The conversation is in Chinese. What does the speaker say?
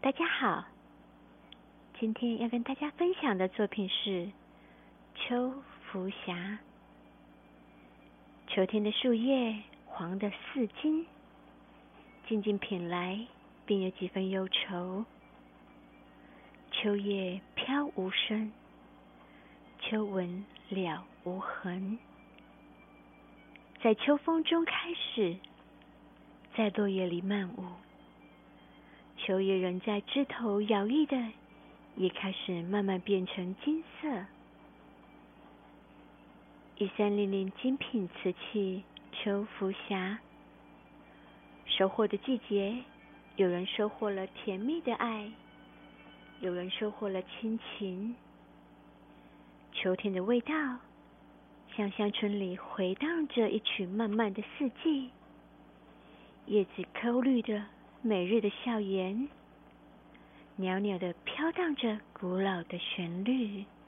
大家好，今天要跟大家分享的作品是《秋浮霞》。秋天的树叶黄得似金，静静品来，便有几分忧愁。秋叶飘无声，秋纹了无痕。在秋风中开始，在落叶里漫舞。秋叶仍在枝头摇曳的，也开始慢慢变成金色。1300精品瓷器秋浮霞。收获的季节，有人收获了甜蜜的爱，有人收获了亲情。秋天的味道，像乡村里回荡着一曲慢慢的四季。叶子抠绿的每日的笑颜，袅袅地飘荡着古老的旋律。